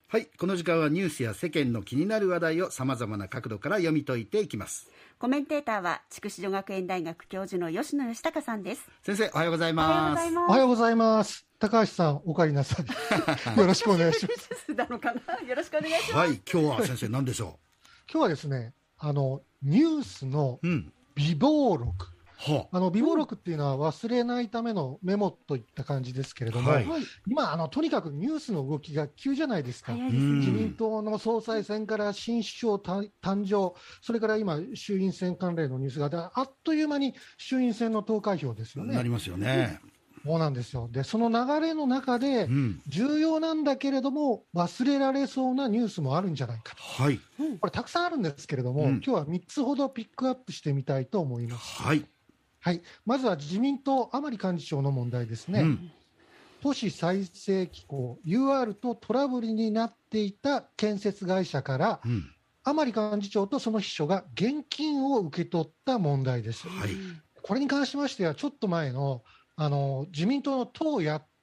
はい、この時間はニュースや世間の気になる話題をさまざまな角度から読み解いていきます。 コメンテーターは筑紫女学園大学教授の吉野義孝さんです。 先生、おはようございます。 おはようございます。高橋さん、お帰りなさい。よろしくお願いします。 なのかな、よろしくお願いします。 はい、今日は先生何でしょう。今日はですね、ニュースの備忘録、備忘録っていうのは忘れないためのメモといった感じですけれども、今とにかくニュースの動きが急じゃないですか。自民党の総裁選から新首相誕生、それから今衆院選関連のニュースがあっという間に衆院選の投開票ですよね。 なりますよね。 そうなんですよ。で、その流れの中で、重要なんだけれども忘れられそうなニュースもあるんじゃないかと。これたくさんあるんですけれども、今日は3つほどピックアップしてみたいと思います。はい、まずは自民党甘利幹事長の問題ですね。都市再生機構 UR とトラブルになっていた建設会社から、甘利幹事長とその秘書が現金を受け取った問題です。これに関しましてはちょっと前の自民党の党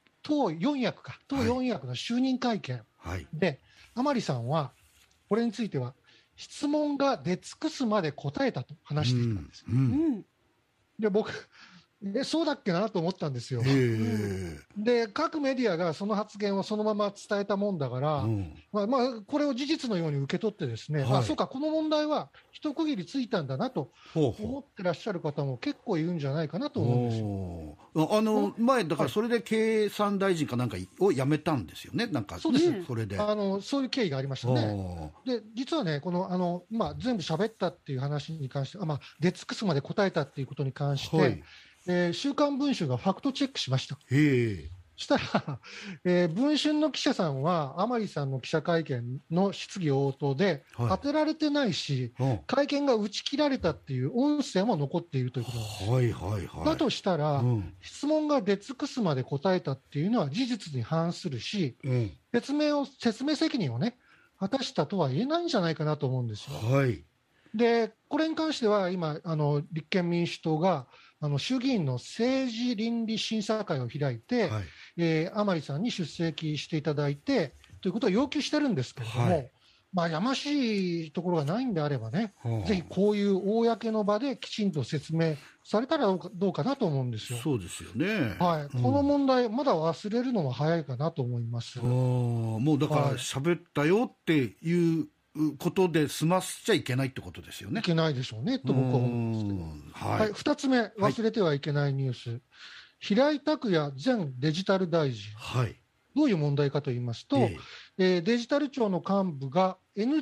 4役の就任会見で、甘利さんはこれについては質問が出尽くすまで答えたと話していたんです。で、僕そうだっけなと思ったんですよ。で、各メディアがその発言をそのまま伝えたもんだから、これを事実のように受け取ってですね、そうか、この問題は一区切りついたんだなと思ってらっしゃる方も結構いるんじゃないかなと思うんですよ。 前だからそれで経産大臣かなんかを辞めたんですよね。なんかそうです。 それでそういう経緯がありましたね。で、実はね、この全部喋ったっていう話に関して出尽くすまで答えたっていうことに関して。週刊文春がファクトチェックしました。したら、文春の記者さんは甘利さんの記者会見の質疑応答で当てられてないし、会見が打ち切られたっていう音声も残っているということなんです。だとしたら、質問が出尽くすまで答えたっていうのは事実に反するし、説明責任をね果たしたとは言えないんじゃないかなと思うんですよ。で、これに関しては今立憲民主党が衆議院の政治倫理審査会を開いて、甘利さんに出席していただいてということを要求してるんですけれども、やましいところがないんであればね、ぜひこういう公の場できちんと説明されたらどうかなと思うんですよ。 そうですよね。 この問題まだ忘れるのは早いかなと思います。 もうだから喋ったよっていうことで済ませちゃいけないってことですよね。 いけないでしょうねと僕は思うんですけど。2つ目、忘れてはいけないニュース、平井卓也前デジタル大臣、どういう問題かと言いますと、デジタル庁の幹部が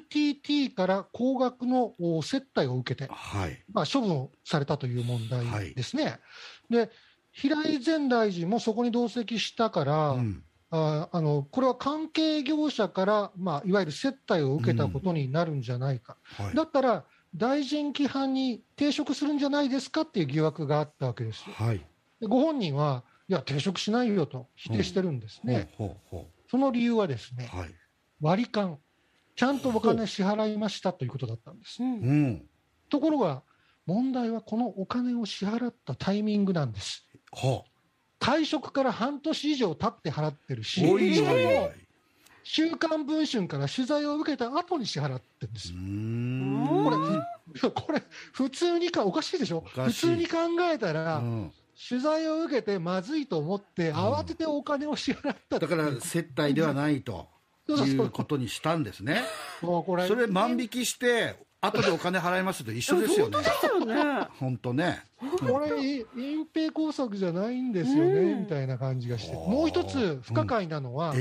NTT から高額の接待を受けて、処分をされたという問題ですね。で、平井前大臣もそこに同席したから、これは関係業者から、いわゆる接待を受けたことになるんじゃないか、だったら大臣規範に抵触するんじゃないですかっていう疑惑があったわけですよ。でご本人はいや抵触しないよと否定してるんですね。その理由はですね、割り勘、ちゃんとお金支払いましたということだったんです。ところが問題はこのお金を支払ったタイミングなんです。退職から半年以上経って払ってるし、週刊文春から取材を受けた後に支払ってるんですよ。これ普通におかしいでしょ。普通に考えたら、取材を受けてまずいと思って慌ててお金を支払っただから接待ではないということにしたんですね。それ万引きして後でお金払いますと一緒ですよね。本当ね。 これ隠蔽工作じゃないんですよねみたいな感じがして、もう一つ不可解なのは、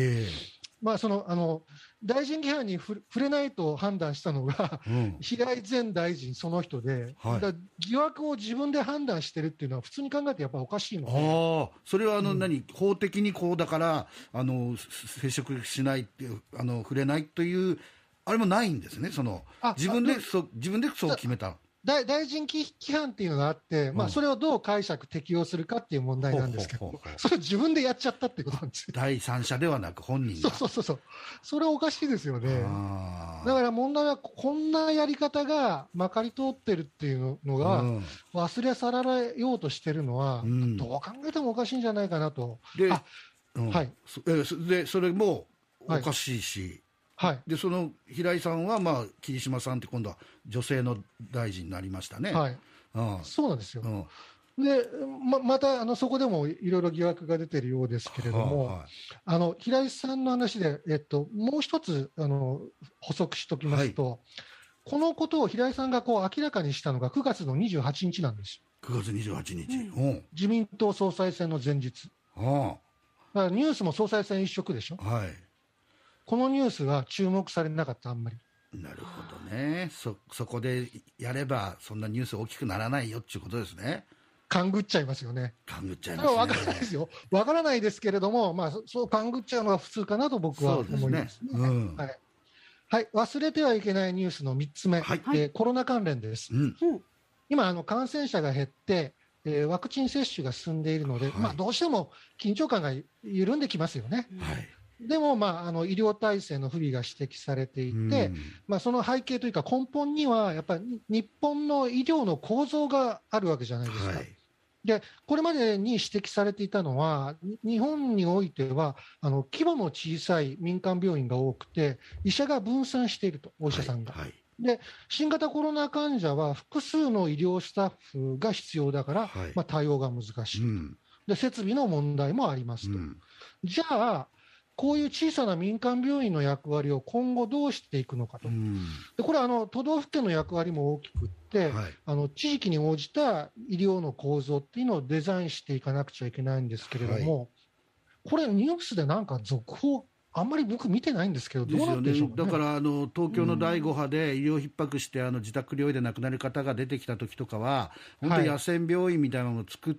大臣規範に触れないと判断したのが、平井前大臣その人で、疑惑を自分で判断してるっていうのは普通に考えてやっぱりおかしいので。 それは法的にこうだから接触しないっていう触れないというあれもないんですね。自分でそう決めた。 大臣規範っていうのがあって、それをどう解釈適用するかっていう問題なんですけど、それを自分でやっちゃったっていうことなんですよ。 第三者ではなく本人が。 それはおかしいですよね。だから問題はこんなやり方がまかり通ってるっていうのが忘れ去られようとしてるのは、どう考えてもおかしいんじゃないかなと。 でそれもおかしいし、 はい、 でその平井さんは、桐島さんって今度は女性の大臣になりましたね。 はい、そうなんですよ。でまたそこでもいろいろ疑惑が出ているようですけれども、平井さんの話で、もう一つ補足しておきますと、このことを平井さんが明らかにしたのが9月の28日なんです。 9月28日、 自民党総裁選の前日。だからニュースも総裁選一色でしょ。このニュースは注目されなかった、あんまり。 なるほどね。そこでやればそんなニュース大きくならないよっていうことですね。 勘ぐっちゃいますよね。 勘ぐっちゃいますね。 分からないですよ。分からないですけれども、そう勘ぐっちゃうのが普通かなと僕は思いますね。はい、忘れてはいけないニュースの3つ目、コロナ関連です。今感染者が減って、ワクチン接種が進んでいるので、どうしても緊張感が緩んできますよね。でも、医療体制の不備が指摘されていて、その背景というか根本にはやっぱり日本の医療の構造があるわけじゃないですか。でこれまでに指摘されていたのは、日本においては規模の小さい民間病院が多くて、医者が分散していると、お医者さんが。で新型コロナ患者は複数の医療スタッフが必要だから、対応が難しいと、で設備の問題もありますと。じゃあこういう小さな民間病院の役割を今後どうしていくのかと。でこれは都道府県の役割も大きくって、地域に応じた医療の構造っていうのをデザインしていかなくちゃいけないんですけれども、これニュースでなんか続報あんまり僕見てないんですけど、どうなってるんでしょうかね。 だから東京の第5波で医療逼迫して自宅療養で亡くなる方が出てきた時とかは、本当に野戦病院みたいなのを作って、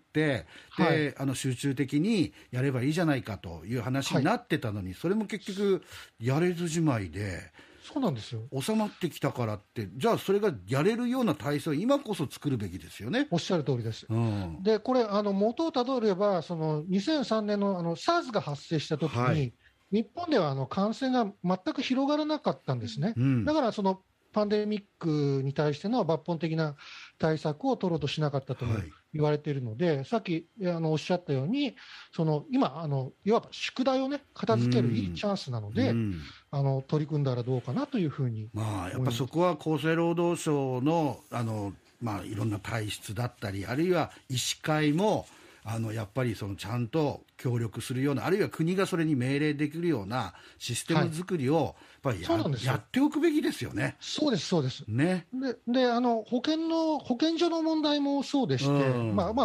で集中的にやればいいじゃないかという話になってたのに、それも結局やれずじまいで。 そうなんですよ。 収まってきたからって、じゃあそれがやれるような体制を今こそ作るべきですよね。 おっしゃる通りです。でこれ元をたどれば、2003年のSARS が発生した時に、日本では感染が全く広がらなかったんですね。だからパンデミックに対しての抜本的な対策を取ろうとしなかったとも言われているので、さっきおっしゃったように、今いわば宿題をね片付けるいいチャンスなので、取り組んだらどうかなというふうにやっぱそこは厚生労働省のいろんな体質だったり、あるいは医師会もやっぱりちゃんと協力するような、あるいは国がそれに命令できるようなシステム作りをやっぱりやっておくべきですよね。 そうですそうです、 ね。 で保健所の問題もそうでして、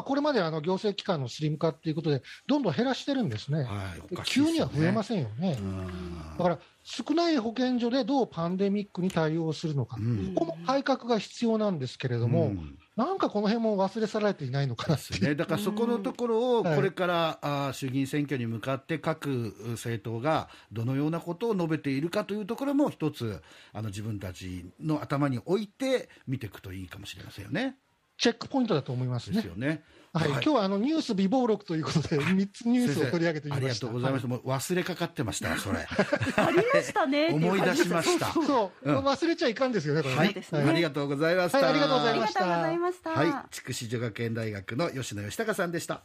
これまで行政機関のスリム化ということでどんどん減らしてるんですね。急には増えませんよね。だから少ない保健所でどうパンデミックに対応するのか、ここも改革が必要なんですけれども、なんかこの辺も忘れ去られていないのかなっていう、 だからそこのところをこれから衆議院選挙に向かって各政党がどのようなことを述べているかというところも一つ自分たちの頭に置いて見ていくといいかもしれませんよね。 チェックポイントだと思いますね。 ですよね。 今日はニュース備忘録ということで3つニュースを取り上げてみました。 ありがとうございました。もう忘れかかってましたそれありましたね思い出しました。 忘れちゃいかんですよね、これね。 ありがとうございました。 ありがとうございました。 筑紫女学園大学の吉野義孝さんでした。